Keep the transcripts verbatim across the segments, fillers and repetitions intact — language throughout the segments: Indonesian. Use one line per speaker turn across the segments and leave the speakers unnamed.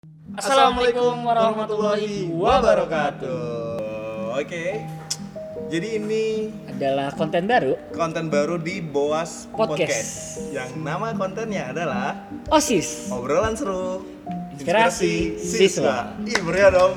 Assalamualaikum warahmatullahi wabarakatuh. Oke, jadi ini
adalah konten baru
konten baru di Boas Podcast,
Podcast.
yang nama kontennya adalah
OSIS.
obrolan seru,
Inspirasi siswa.
Ih, meriah dong.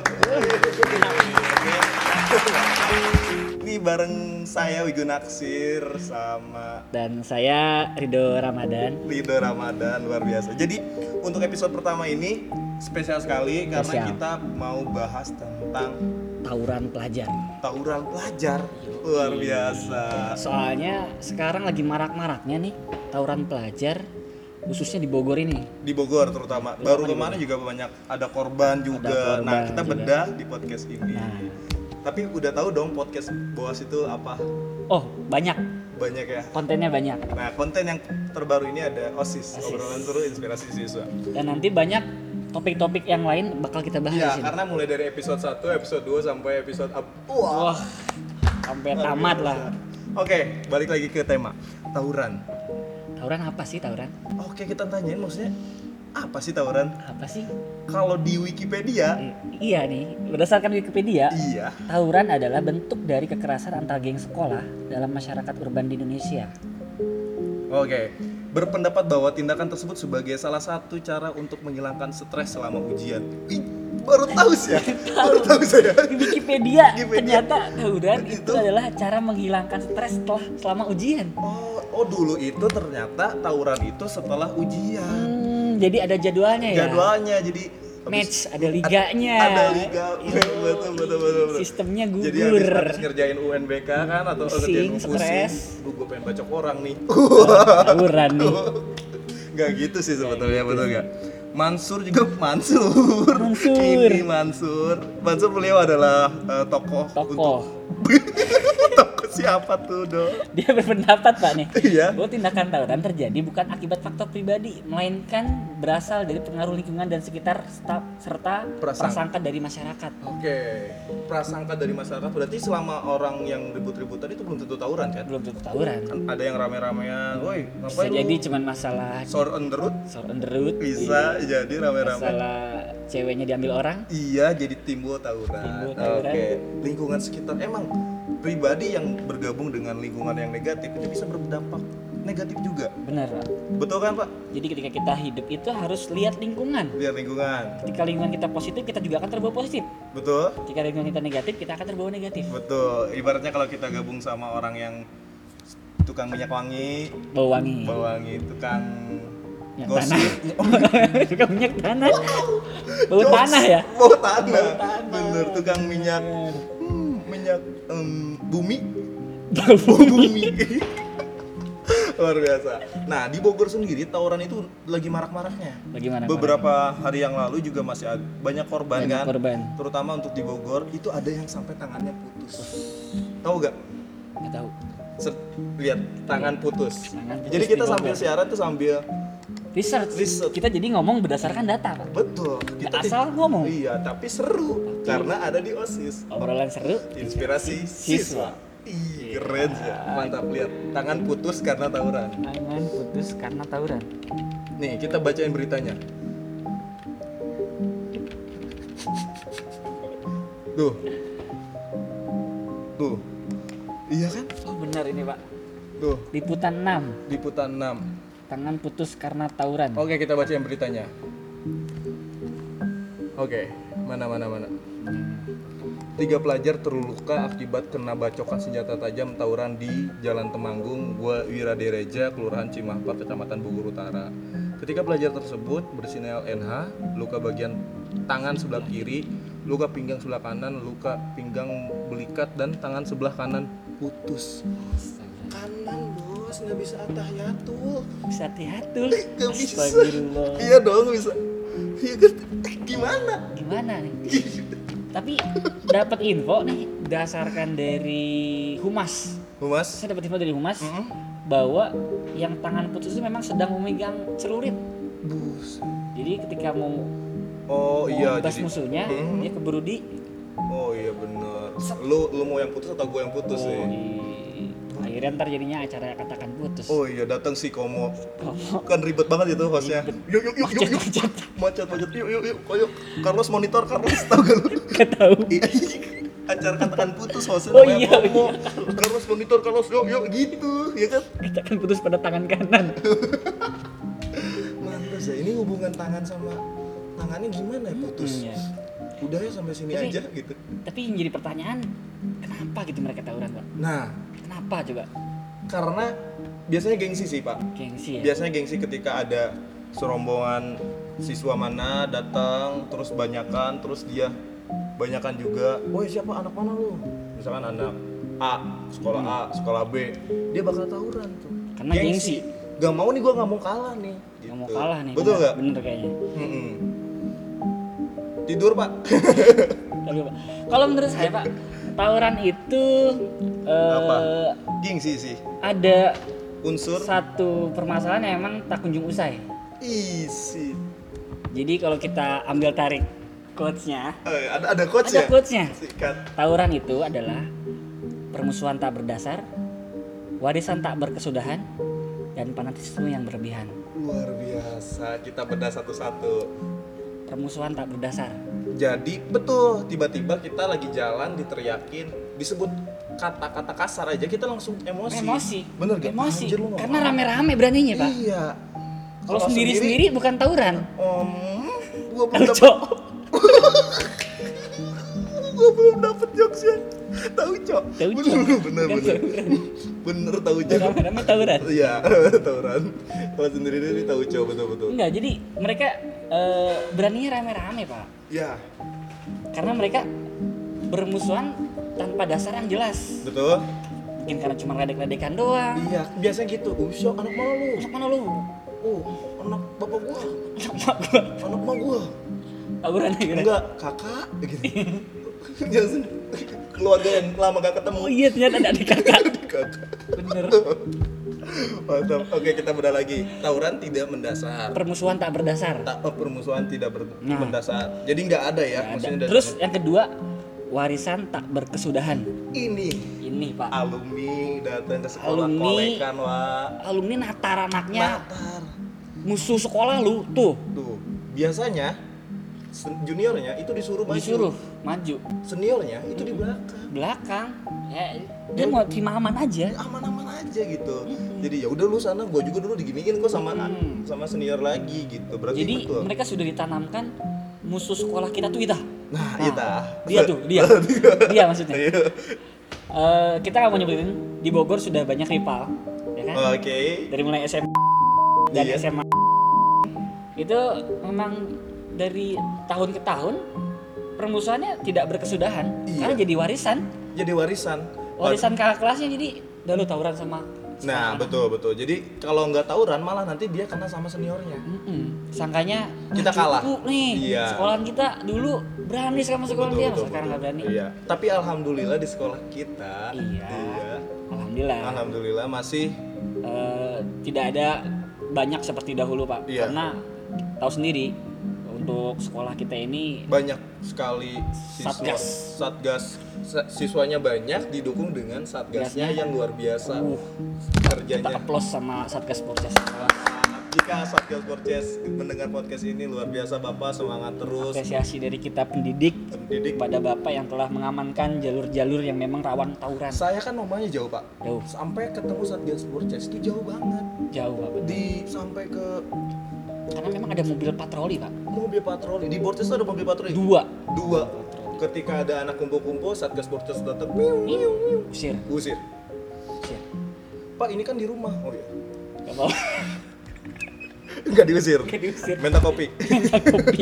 Ini bareng saya Wigun Naksir sama
Dan saya Ridho Ramadan.
Ridho Ramadan, luar biasa. Jadi untuk episode pertama ini spesial sekali karena
Spesial.
kita mau bahas tentang
Tawuran pelajar.
tawuran pelajar. Luar biasa.
Soalnya sekarang lagi marak-maraknya nih tawuran pelajar, khususnya di Bogor ini.
Di Bogor terutama.
Terutama
Baru
di
kemarin juga banyak ada korban juga.
Ada korban
nah, kita
juga.
bedah di podcast ini.
Nah,
Tapi udah tahu dong podcast Boas itu apa?
oh banyak
Banyak ya.
kontennya banyak.
Nah, konten yang terbaru ini ada OSIS,
OSIS.
obrolan seru inspirasi siswa.
Dan nanti banyak topik-topik yang lain bakal kita bahas
Iya,
di sini.
karena mulai dari episode satu, episode dua sampai episode up. Wah.
Wah, sampai tamat lah.
Oke, balik lagi ke tema tawuran.
Tawuran apa sih tawuran?
Oke, kita tanyain maksudnya apa sih tawuran?
Apa sih?
Kalau di Wikipedia,
I- iya nih, berdasarkan Wikipedia,
iya.
tawuran adalah bentuk dari kekerasan antar geng sekolah dalam masyarakat urban di Indonesia.
Oke, berpendapat bahwa tindakan tersebut sebagai salah satu cara untuk menghilangkan stres selama ujian. Ih, baru tahu sih ya, baru tahu saya.
Di Wikipedia,
Wikipedia.
ternyata tawuran itu,
Itu-
adalah cara menghilangkan stres setelah selama ujian.
Oh, oh dulu itu ternyata tawuran itu setelah ujian.
Hmm, jadi ada jadwalnya ya.
Jadwalnya jadi
Match,
habis-
ada liganya.
Ada liga,
Iya.
betul, betul, betul, betul.
Sistemnya gugur.
Jadi habis, habis ngerjain U N B K kan atau
Pusing,
ngerjain U pusing.
stres.
Duh, gue pengen bacok orang nih.
Tawuran nih.
Gak gitu sih sebetulnya, betul gak? Mansur juga Mansur.
Mansur.
Ini Mansur. Mansur beliau adalah eh, tokoh
Tokoh.
tokoh siapa tuh, Do?
Dia berpendapat Pak nih,
Iya.
bahwa tindakan tawuran terjadi bukan akibat faktor pribadi, melainkan berasal dari pengaruh lingkungan dan sekitar sta- serta
Prasangka.
prasangka dari masyarakat.
Oke, prasangka dari masyarakat berarti selama orang yang ribut-ributan itu belum tentu tawuran kan?
Belum tentu tawuran.
Kan ada yang rame-ramean, woi
Bisa
ngapain lu?
jadi cuman masalah
Sore on the road?
sore on the road,
Bisa jadi rame-rame.
masalah ceweknya diambil orang.
Iya, jadi timbul tawuran.
Timbul tawuran.
Oke, lingkungan sekitar emang pribadi yang bergabung dengan lingkungan yang negatif itu bisa berdampak negatif juga.
Benar Pak.
Betul kan, Pak?
Jadi ketika kita hidup itu harus lihat lingkungan.
Lihat lingkungan.
Ketika lingkungan kita positif, kita juga akan terbawa positif.
Betul?
Ketika lingkungan kita negatif, kita akan terbawa negatif.
Betul. Ibaratnya kalau kita gabung sama orang yang tukang minyak wangi,
Bau wangi.
bau wangi, tukang
Minyak
gosip.
Tukang minyak tanah. Bau tanah ya?
Bau tanah.
Bau tanah.
Bener, tukang minyak.
Bener.
Hmm, minyak em, bumi.
Bau
Bau bumi. Luar biasa. Nah, di Bogor sendiri tawuran itu lagi marak-maraknya.
Bagaimana?
Beberapa hari yang lalu juga masih ada banyak korban
Banyak
kan.
korban.
Terutama untuk di Bogor itu ada yang sampai tangannya putus. Tahu gak?
Nggak tahu.
Set, lihat tangan putus.
Tangan putus
Jadi
di
kita
Bogor.
sambil siaran tuh sambil
Research.
Research.
Kita jadi ngomong berdasarkan data, Pak.
betul.
Nggak asal ngomong.
Iya, tapi seru karena ada di OSIS.
Obrolan seru.
Inspirasi siswa. Ih, keren ya. Mantap, lihat tangan putus karena tawuran.
Tangan putus karena tawuran.
Nih, kita bacain beritanya. Tuh. Tuh. Iya kan?
Oh benar ini, Pak.
Tuh,
Liputan enam.
liputan enam.
Tangan putus karena tawuran.
Oke, kita bacain beritanya. Oke, mana mana mana. Tiga pelajar terluka akibat kena bacokan senjata tajam tawuran di Jalan Temanggung, Gua Wiradereja, Kelurahan Cimahpa, Kecamatan Bogor Utara. Ketika pelajar tersebut bersinel N H, luka bagian tangan sebelah kiri, luka pinggang sebelah kanan, luka pinggang belikat, dan tangan sebelah kanan putus. Kanan bos, nggak bisa tahiyatul.
Bisa tihatul.
Nggak bisa.
Astagfirullah.
Iya dong bisa. Iya kan? Gimana?
Gimana nih? Tapi dapat info nih berdasarkan dari Humas.
Humas?
Saya dapat info dari Humas
Mm-mm.
bahwa yang tangan putus itu memang sedang memegang celurit.
Bus.
Jadi ketika mau
Oh iya,
bas
jadi
musuhnya,
Hmm.
dia keburu di
Oh iya bener. Lu lu mau yang putus atau gue yang putus
oh,
sih?
di akhirnya akhirnya ntar jadinya acara katakan putus.
Oh iya, datang si Komo.
Komo.
Kan ribet banget itu hostnya. Yuk yuk yuk yuk. yuk.
Macet-macet.
Macet-macet. Yuk yuk yuk. Yuk. Carlos monitor Carlos tahu gak lu?
Gak tahu.
Iya. Acara katakan putus hostnya
Oh
namanya
iya,
Komo. Carlos monitor Carlos yuk yuk gitu, ya kan?
Katakan putus pada tangan kanan.
Mantas ya. Ini hubungan tangan sama tangannya gimana ya putus?
Hmm, ya.
Udah ya sampai sini
Tapi-
aja gitu.
Tapi yang jadi pertanyaan, kenapa gitu mereka tawuran, Pak?
Nah,
Kenapa coba?
karena biasanya gengsi sih, Pak.
Gengsi ya?
Biasanya gengsi ketika ada serombongan siswa mana datang terus banyakan terus dia banyakan juga. Woi, siapa anak mana lu? Misalkan anak A, sekolah A, sekolah B, dia bakal tawuran tuh.
Karena gengsi.
Gak mau nih, gua nggak mau kalah nih.
Nggak mau
gitu.
kalah nih.
Betul
bener,
nggak?
Bener kayaknya.
Mm-mm. Tidur, Pak.
Tapi, Pak, kalau menurut saya, Pak, tawuran itu eh,
Apa? Gengsi sih.
ada
Unsur
satu permasalahan yang emang tak kunjung usai.
isi.
Jadi kalau kita ambil tarik quotes-nya,
Eh, ada ada coach
ada
ya?
quotes-nya.
Sikat.
Tawuran itu adalah permusuhan tak berdasar, warisan tak berkesudahan, dan fanatisme yang berlebihan.
Luar biasa. Kita bedah satu-satu.
Permusuhan tak berdasar.
Jadi betul, tiba-tiba kita lagi jalan diteriakin, disebut kata-kata kasar aja kita langsung emosi.
Emosi.
Bener gak?
Emosi.
Anjir, lu ngomong
Karena
apa?
rame-rame beraninya, Pak.
Iya.
Kalau sendiri-sendiri bukan tawuran.
Om, gua belum dapet,
Cok.
gua belum dapet jokesnya. Tahu cok?
Tahu, Cok.
Bener bener
Bukan
bener.
tawuran.
Bener tahu cok.
Rame-rame tawuran.
Iya, tawuran. Kalau sendiri-sendiri tahu cok, betul betul.
Enggak, jadi mereka eh, beraninya rame-rame, Pak.
Iya,
Karena mereka bermusuhan tanpa dasar yang jelas.
betul.
Mungkin karena cuma ledek-ledekan doang.
Iya, biasanya gitu. Oh, Syok, anak mana lu?
Anak mana lu?
Oh, anak bapak gua.
Anak mak gua.
Anak mah gua.
Tawuran gitu.
Enggak, kakak gitu. Jangan keluarga yang lama gak ketemu.
Oh iya, ternyata ada adik kakak.
Kakak.
Bener.
Mantap. Oke, kita bedah lagi. Tawuran tidak mendasar.
Permusuhan tak berdasar.
Tak oh, permusuhan tidak ber-
Nah.
mendasar. Jadi nggak ada ya.
Nggak ada.
Maksudnya
Terus
dasarnya.
yang kedua, warisan tak berkesudahan.
ini
Ini, Pak.
alumni datang ke sekolah
Alumni.
kolekan wah.
Alumni natar anaknya
Natar.
musuh sekolah lu tuh
Tuh, biasanya sen- juniornya itu disuruh maju.
disuruh maju
Seniornya itu di belakang.
belakang. Ya, dia mau terima aman aja.
Aman-aman aja gitu. Jadi ya udah lu sana, gua juga dulu diginiin kok sama
Mm.
sama senior lagi gitu. Berarti
Jadi
betul.
mereka sudah ditanamkan musuh sekolah kita tuh kita.
Nah,
Nah,
kita.
dia tuh, dia. Dia maksudnya.
Iya.
Eh, kita nggak mau nyebutin di Bogor sudah banyak rival, ya kan?
Oke.
Dari mulai S M P dan
Iya.
S M A itu memang dari tahun ke tahun permusuhannya tidak berkesudahan
Iya.
karena jadi warisan,
Jadi warisan.
warisan kakak kelasnya jadi udah lu tawuran sama.
Nah, betul betul. Jadi kalau nggak tawuran malah nanti dia kena sama seniornya.
Mm-mm. Sangkanya
Kita
"Wah,
kalah."
cupu nih.
Iya.
Sekolahan kita dulu berani sama sekolah dia, masa sekarang nggak berani.
Iya. Tapi alhamdulillah di sekolah kita,
Iya.
iya,
Alhamdulillah.
alhamdulillah masih
Eh, tidak ada banyak seperti dahulu, Pak.
Iya.
Karena tahu sendiri untuk sekolah kita ini
banyak sekali siswa
Satgas.
satgas Sa- siswanya banyak didukung dengan satgasnya
Satgasnya.
yang luar biasa
uh, kita
kerjanya.
applause sama Satgas Polres.
Jika Satgas Borces mendengar podcast ini luar biasa Bapak, semangat terus.
Apresiasi dari kita pendidik
Pendidik.
kepada Bapak yang telah mengamankan jalur-jalur yang memang rawan tawuran.
Saya kan rumahnya jauh Pak.
Jauh,
Sampai ketemu Satgas Borces itu jauh banget.
jauh Pak.
Di sampai ke
Karena memang ada mobil patroli, Pak.
mobil patroli. Di Borces tuh ada mobil patroli.
Dua.
Dua. Ketika ada anak kumpul-kumpul, Satgas Borces datang. Miu, miu, miu.
Usir.
Usir.
Usir.
Pak, ini kan di rumah. Oh iya.
Gak mau.
Enggak diusir.
Gak diusir.
Minta kopi.
Minta kopi.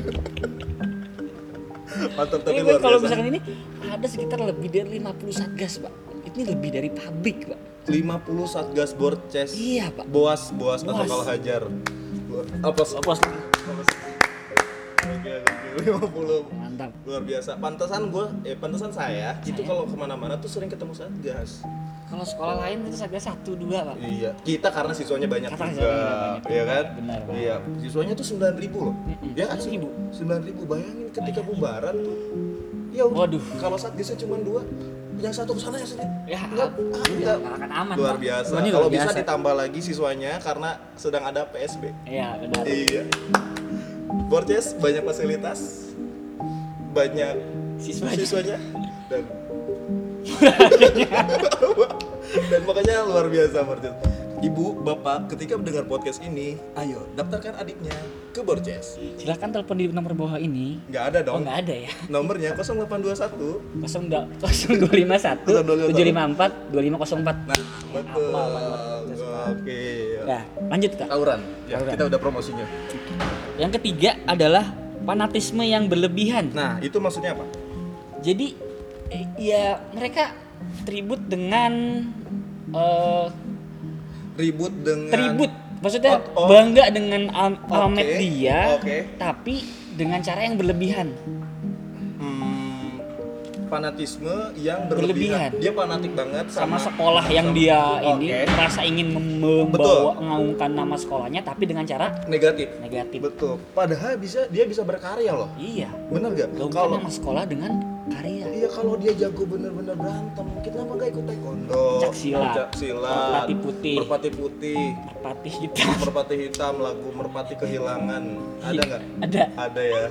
Mantap tapi
Tapi
luar
kalau
biasa.
misalkan ini ada sekitar lebih dari lima puluh satgas, Pak. Ini lebih dari pabrik, Pak.
lima puluh Satgas Borces.
Iya, Pak.
Boas, boas atau
Boas.
kalau hajar. Apa?
Apa
Oke, oke. lima puluh.
Mantap.
Luar biasa. Pantesan gue, eh pantesan saya, itu
Saya?
kalau kemana-mana tuh sering ketemu Satgas.
Kalau sekolah lain itu saja satu dua pak.
Iya, kita karena siswanya banyak
Karena
juga,
siswanya banyak.
iya kan?
Benar, Pak.
Iya, siswanya tuh sembilan ribu loh.
Mm-mm.
Ya kan?
sembilan ribu?
sembilan ribu, bayangin ketika bubaran tuh. Ya udah,
Waduh.
kalau Satgasnya cuma dua, yang satu kesana yang sini.
Ya,
Enggak,
udah,
enggak.
nggak akan aman,
Luar
Pak.
biasa.
Ini luar
Kalau bisa
biasa.
ditambah lagi siswanya karena sedang ada P S B.
Iya benar.
Iya. Borces banyak fasilitas, banyak
Siswanya.
siswanya dan dan makanya luar biasa Borces. Ibu, bapak, ketika mendengar podcast ini, ayo daftarkan adiknya ke Borces.
Silahkan telepon di nomor bawah ini.
Nggak ada
Oh
dong.
nggak ada ya.
Nomornya nol delapan dua satu.
Kosong dua kosong dua lima satu tujuh lima empat dua lima nol empat.
Nah, betul.
Apa, Pak Borces, Pak?
Oke.
Ya lanjut kak.
Tawuran. Ya,
Tawuran.
kita udah promosinya.
Yang ketiga adalah fanatisme yang berlebihan.
Nah, itu maksudnya apa?
Jadi eh, ya mereka tribut dengan eh,
Ribut dengan
tribut, maksudnya
Oh, oh.
bangga dengan Al-
Oke,
Almed dia,
oke.
tapi dengan cara yang berlebihan.
Hmm, fanatisme yang
Berlebihan.
berlebihan. Dia fanatik banget
Sama
sama,
sekolah yang
sama-
dia
Oke.
ini merasa ingin mem- membawa mengaungkan nama sekolahnya, tapi dengan cara
negatif.
negatif.
Betul. Padahal bisa dia bisa berkarya loh.
Iya,
Bener gak?
gaungkan
Kalau
nama sekolah dengan karya.
iya kalau dia jago bener-bener berantem, kenapa gak ikut taekwondo?
Pencak silat.
Pencak silat.
Merpati putih.
Merpati putih.
Merpati hitam.
Merpati hitam, lagu Merpati Kehilangan. Ada nggak?
Ada.
Ada ya.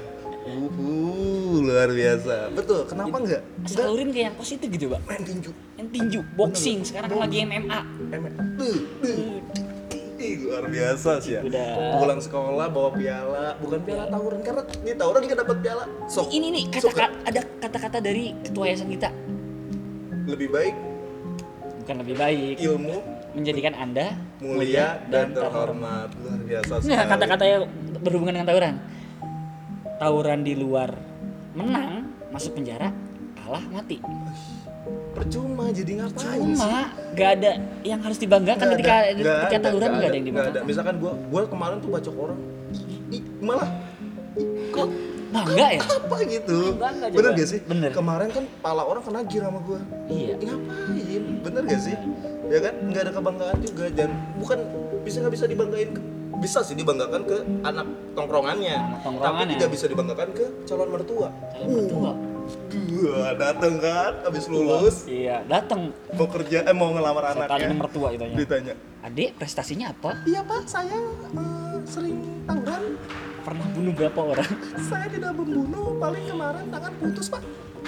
Uhu, luar biasa. Betul. Kenapa nggak? Nggak.
Salurin kayak yang positif gitu, Pak.
Main tinju.
Yang tinju, boxing,
Bener.
sekarang
Boxing.
lagi M M A.
Em, tuh, tuh. Ih, luar biasa sih ya.
Udah.
Pulang sekolah bawa piala, bukan piala tawuran karena di tawuran kita dapat piala. Sok.
Ini nih
Sok,
kata ada kata-kata dari ketua yayasan kita.
lebih baik
Bukan lebih baik,
ilmu
menjadikan Anda
mulia dan terhormat. Luar biasa sekali.
Nah, kata-kata yang berhubungan dengan tawuran. Tawuran di luar menang, masuk penjara, kalah mati.
Percuma jadi ngapain sih?
Cuma gak ada yang harus dibanggakan
Nggak
ketika
ada, nggak
ketika
ada,
tawuran
nggak
gak ada yang
nggak ada.
dibanggakan.
Misalkan gua gua kemarin tuh bacok orang. Ih, malah
Kok bangga ya?
apa gitu?
Bangga juga.
Bener gak sih?
Bener.
Kemarin kan pala orang kena gir sama gua.
Iya.
Ngapain? Bener gak sih? Ya kan? Nggak ada kebanggaan juga dan bukan bisa nggak bisa dibanggain ke, bisa sih dibanggakan ke anak tongkrongannya,
Anak
tapi
tongkrongannya.
tidak bisa dibanggakan ke calon mertua.
Calon mertua.
Gua dateng kan, abis lulus
Iya, datang.
mau kerja, eh mau ngelamar
Saya tanya
anaknya,
mertua ditanya.
ditanya,
Adik, prestasinya apa?
iya pak, saya eh, sering tawuran,
Pernah bunuh berapa orang?
saya tidak membunuh, paling kemarin tangan putus pak.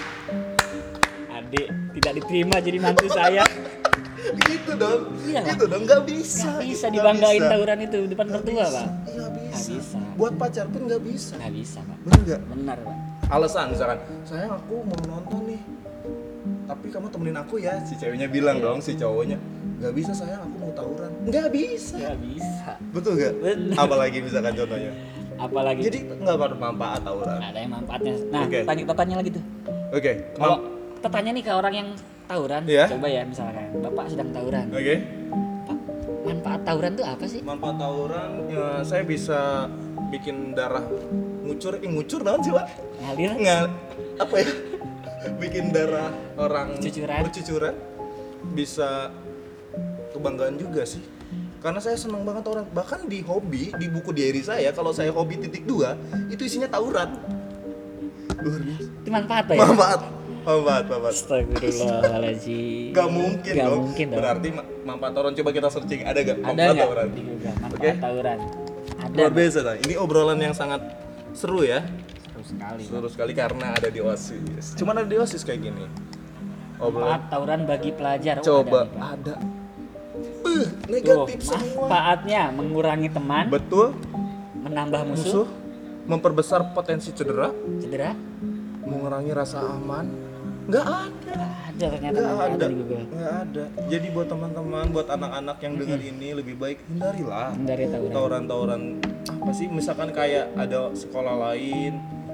Adik, tidak diterima jadi mantu saya.
Gitu dong,
Iya.
gitu dong, nggak bisa,
Gak bisa
gitu,
dibanggain
nggak bisa.
tawuran itu di depan
Nggak
mertua,
bisa.
Pak.
Iya bisa.
Nggak bisa.
Buat pacar pun nggak bisa.
Gak bisa, Pak.
Bener nggak?
Benar, Pak.
Alasan misalkan, sayang aku mau nonton nih, tapi kamu temenin aku ya. Si ceweknya bilang
Iya.
dong, si cowoknya, nggak bisa sayang, aku mau tawuran. Nggak bisa.
Gak bisa.
Betul nggak?
Bener.
Apalagi misalkan contohnya.
Apalagi
Jadi nggak bermanfaat tawuran.
nggak ada yang manfaatnya. Nah,
Oke.
tanya kita tanya lagi tuh.
Oke.
Kalau
mam-
kita tanya nih ke orang yang tawuran,
Iya.
coba ya misalkan Bapak sedang tawuran.
Oke.
Pak, manfaat tawuran tuh apa sih?
Manfaat tawuran, ya, saya bisa bikin darah ngucur, eh ngucur naon sih pak?
Ngalir?
Nggak, apa ya? Bikin darah orang
Bercucuran.
bercucuran. Bisa kebanggaan juga sih. Karena saya senang banget tawuran. Bahkan di hobi, di buku diary saya, kalau saya hobi titik dua, itu isinya tawuran. Luar biasa.
Itu manfaat Pak ya?
Manfaat, manfaat, manfaat.
Astagfirullahaladzim.
Gak mungkin
Gak
dong.
mungkin dong.
Berarti ma- manfaat tawuran, coba kita searching. Ada gak
Ada
manfaat
nggak
tawuran?
di Google manfaat
Oke.
tawuran? Ada.
Luar biasa, nah. Ini obrolan yang sangat seru ya.
Seru sekali. Pak.
Seru sekali karena ada di OSIS. Cuman ada di OSIS kayak gini. Obrolan.
Manfaat tawuran bagi pelajar. Oh,
Coba
ada nih, Pak.
ada. Uh,
Tuh,
negatif semua.
manfaatnya mengurangi teman,
Betul.
menambah
Musuh
musuh,
memperbesar potensi cedera,
cedera.
mengurangi rasa aman. Nggak ada.
Nggak ada ternyata
Nggak
manfaatnya
ada.
di Google.
Nggak ada. Jadi buat teman-teman, buat anak-anak yang dengar ini lebih baik hindarilah
Hindari tawuran.
tawuran-tawuran apa sih? Misalkan kayak ada sekolah lain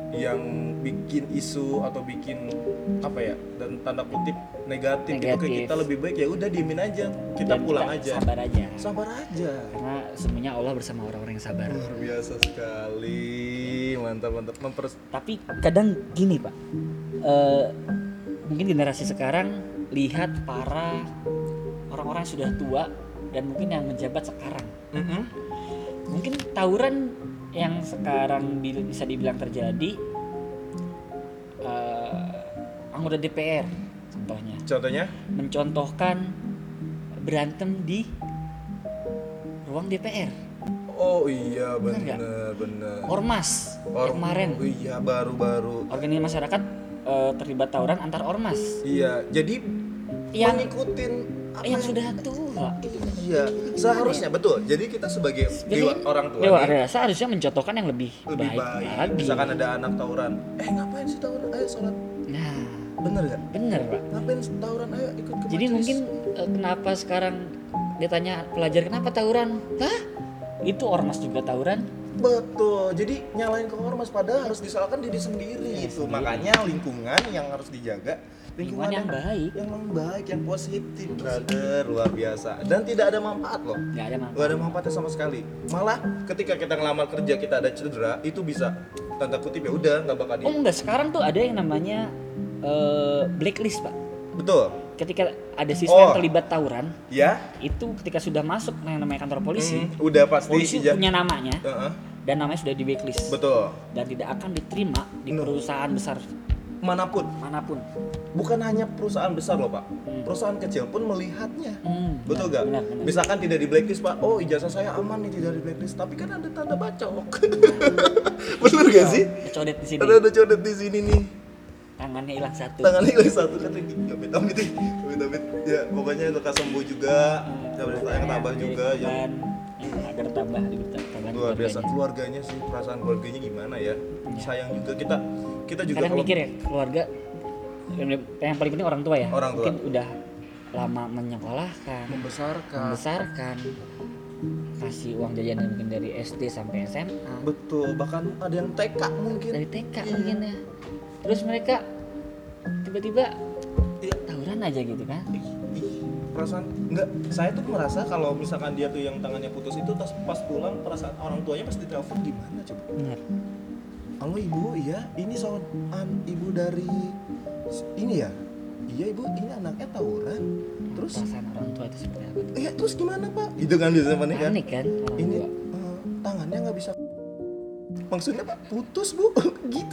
yang bikin isu atau bikin apa ya dan tanda kutip negatif, itu ke
Negatif.
kita, lebih baik ya udah diemin aja, kita
Dan
pulang
kita
aja,
sabar aja,
sabar aja.
karena semuanya Allah bersama orang-orang yang sabar.
Luar biasa sekali, mantap mantap. Mempers
Tapi kadang gini Pak, eh, mungkin generasi sekarang lihat para orang-orang yang sudah tua dan mungkin yang menjabat sekarang,
Mm-mm.
mungkin tawuran yang sekarang di- bisa dibilang terjadi, eh, anggota D P R contohnya
Contohnya
mencontohkan berantem di ruang D P R,
oh iya
Bener nggak?
bener bener.
ormas
Or-
kemarin
oh iya baru-baru.
organisasi masyarakat eh, terlibat tawuran antar ormas
Iya, jadi
yang
mengikutin apa
yang sudah tua.
Iya, seharusnya betul. Jadi kita sebagai
Jadi,
dewa, orang tua
dewa
nih,
dewasa harusnya mencontohkan yang lebih,
lebih
baik,
baik.
lagi.
Misalkan ada anak tawuran, eh ngapain sih tawuran? Ayo sholat.
Nah,
Bener gak?
bener Pak.
Ngapain tawuran? Ayo ikut ke
Jadi
majelis.
mungkin eh, kenapa sekarang dia tanya pelajar kenapa tawuran? Lah, itu ormas juga tawuran.
Betul. Jadi nyalain ke ormas padahal harus disalahkan diri sendiri
Ya,
itu.
sendiri.
Makanya lingkungan yang harus dijaga,
Lingkungan yang baik.
yang baik, yang positif, brother, luar biasa. Dan tidak ada manfaat loh.
Nggak ada manfaat.
Gak ada manfaatnya sama sekali. Malah ketika kita ngelamar kerja kita ada cedera, itu bisa tanda kutip ya udah nggak bakal di.
Oh enggak, sekarang tuh ada yang namanya eh, blacklist Pak.
Betul.
Ketika ada siswa
Oh.
yang terlibat tawuran,
Ya.
itu ketika sudah masuk yang namanya kantor polisi,
Hmm, udah pasti.
polisi
ija-
punya namanya
Heeh,
dan namanya sudah di blacklist
betul.
dan tidak akan diterima di
No.
perusahaan besar
Manapun.
manapun.
Bukan hanya perusahaan besar loh Pak.
Hmm.
Perusahaan kecil pun melihatnya.
Hmm,
Betul
benar,
gak?
benar, benar.
Misalkan tidak di blacklist Pak, oh ijazah saya aman nih tidak di blacklist, tapi kan ada tanda bacok. Bener gak sih?
Codet di sini.
Ada ada codet di sini nih.
Tangannya hilang satu.
Tangannya hilang satu kan lagi. Amit amit nih. Amit amit. Ya pokoknya lekas sembuh juga. Ya yang tambah juga ya.
Dan agar tambah diberikan tambahan
Luar biasa
keluarganya.
keluarganya sih, perasaan keluarganya gimana ya? Sayang juga kita kita juga
Kadang
kalau
mikir ya keluarga yang yang paling penting orang tua ya.
Orang tua.
Mungkin udah lama menyekolahkan,
membesarkan.
membesarkan, kasih uang jajan mungkin dari S D sampai S M A,
Betul, bahkan ada yang T K mungkin.
dari T K mungkin ya. Terus mereka tiba-tiba
Iya.
tawuran aja gitu kan.
Ih, ih, perasaan enggak, saya tuh merasa kalau misalkan dia tuh yang tangannya putus itu pas, pas pulang perasaan orang tuanya pasti telepon gimana coba.
Benar.
Halo ibu, iya ini soal an, ibu dari ini ya, iya ibu ini anaknya tawuran, terus
Perasaan orang tua itu seperti apa tuh?
iya terus gimana pak? Itu kan biasanya panik kan?
Panik kan orang
Ini
tua.
eh, tangannya nggak bisa, maksudnya pak putus bu, gitu.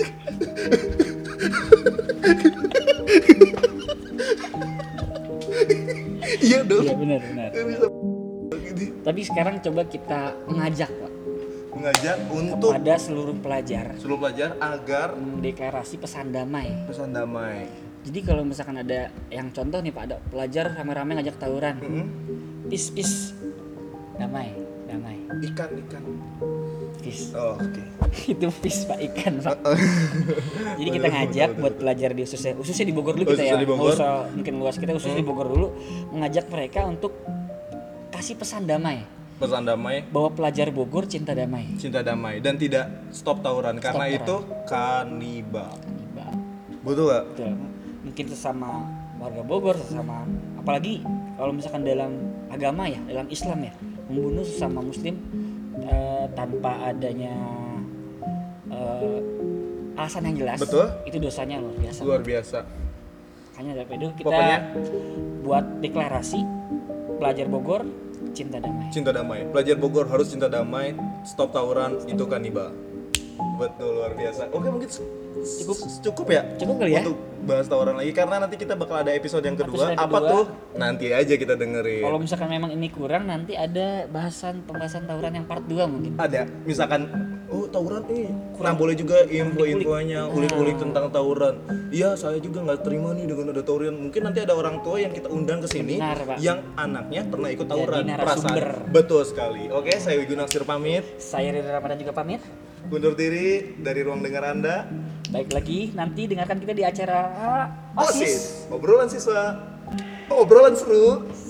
Iya dong.
Iya benar benar.
Nggak bisa gitu.
Tapi sekarang coba kita mengajak Pak
Mengajak untuk
pada seluruh pelajar
seluruh pelajar agar
mendeklarasi pesan damai.
pesan damai.
Jadi kalau misalkan ada yang contoh nih Pak, ada pelajar rame-rame ngajak tawuran,
Mm-mm.
peace peace, damai damai,
Ikan ikan.
peace.
Oh, oke.
Itu peace Pak, ikan Pak. Jadi kita
Betul,
ngajak
betul,
buat pelajar di khususnya khususnya di Bogor dulu
Oh,
kita ya,
khususnya di
nggak
Bogor.
usah mungkin luas, kita khususnya di Bogor dulu mengajak mereka untuk kasih pesan damai
Pesan damai,
bahwa pelajar Bogor cinta damai.
cinta damai dan tidak stop tawuran karena
tawuran.
itu kanibal.
Kanibal.
Betul gak?
Betul. Mungkin sesama warga Bogor, sesama apalagi kalau misalkan dalam agama ya, dalam Islam ya, membunuh sesama muslim eh, tanpa adanya eh, alasan yang jelas.
Betul.
Itu dosanya luar biasa.
Luar biasa.
Makanya dari itu kita
Pokoknya-
buat deklarasi pelajar Bogor cinta damai.
Cinta damai. Pelajar Bogor harus cinta damai, stop tawuran, itu kanibal. Betul, luar biasa. Oke, mungkin s-
Cukup.
s- cukup ya?
Cukup kali ya?
Untuk bahas tawuran lagi karena nanti kita bakal ada episode yang kedua.
Episode yang
Apa
kedua.
tuh? Nanti aja kita dengerin.
Kalau misalkan memang ini kurang, nanti ada bahasan pembahasan tawuran yang part dua mungkin.
Ada misalkan oh tawuran nih kurang boleh juga info-infonya ulik-ulik tentang tawuran. Iya saya juga nggak terima nih dengan ada tawuran. Mungkin nanti ada orang tua yang kita undang ke sini
Benar, Pak.
yang anaknya pernah ikut tawuran.
Jadi narasumber.
Betul sekali. Oke, saya Wigun Naksir pamit.
Saya Riri Ramadan juga pamit.
Undur diri dari ruang dengar Anda.
Baik lagi, nanti dengarkan kita di acara OSIS.
OSIS, obrolan siswa, obrolan seru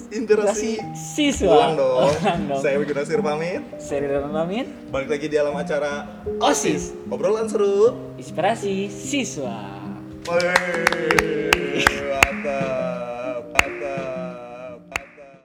inspirasi
siswa.
ulang dong.
Ulang dong.
Saya Wiguna Sir pamit.
Seri dan pamit.
Balik lagi di dalam acara
OSIS.
obrolan seru.
Inspirasi siswa.
Wih, mantap.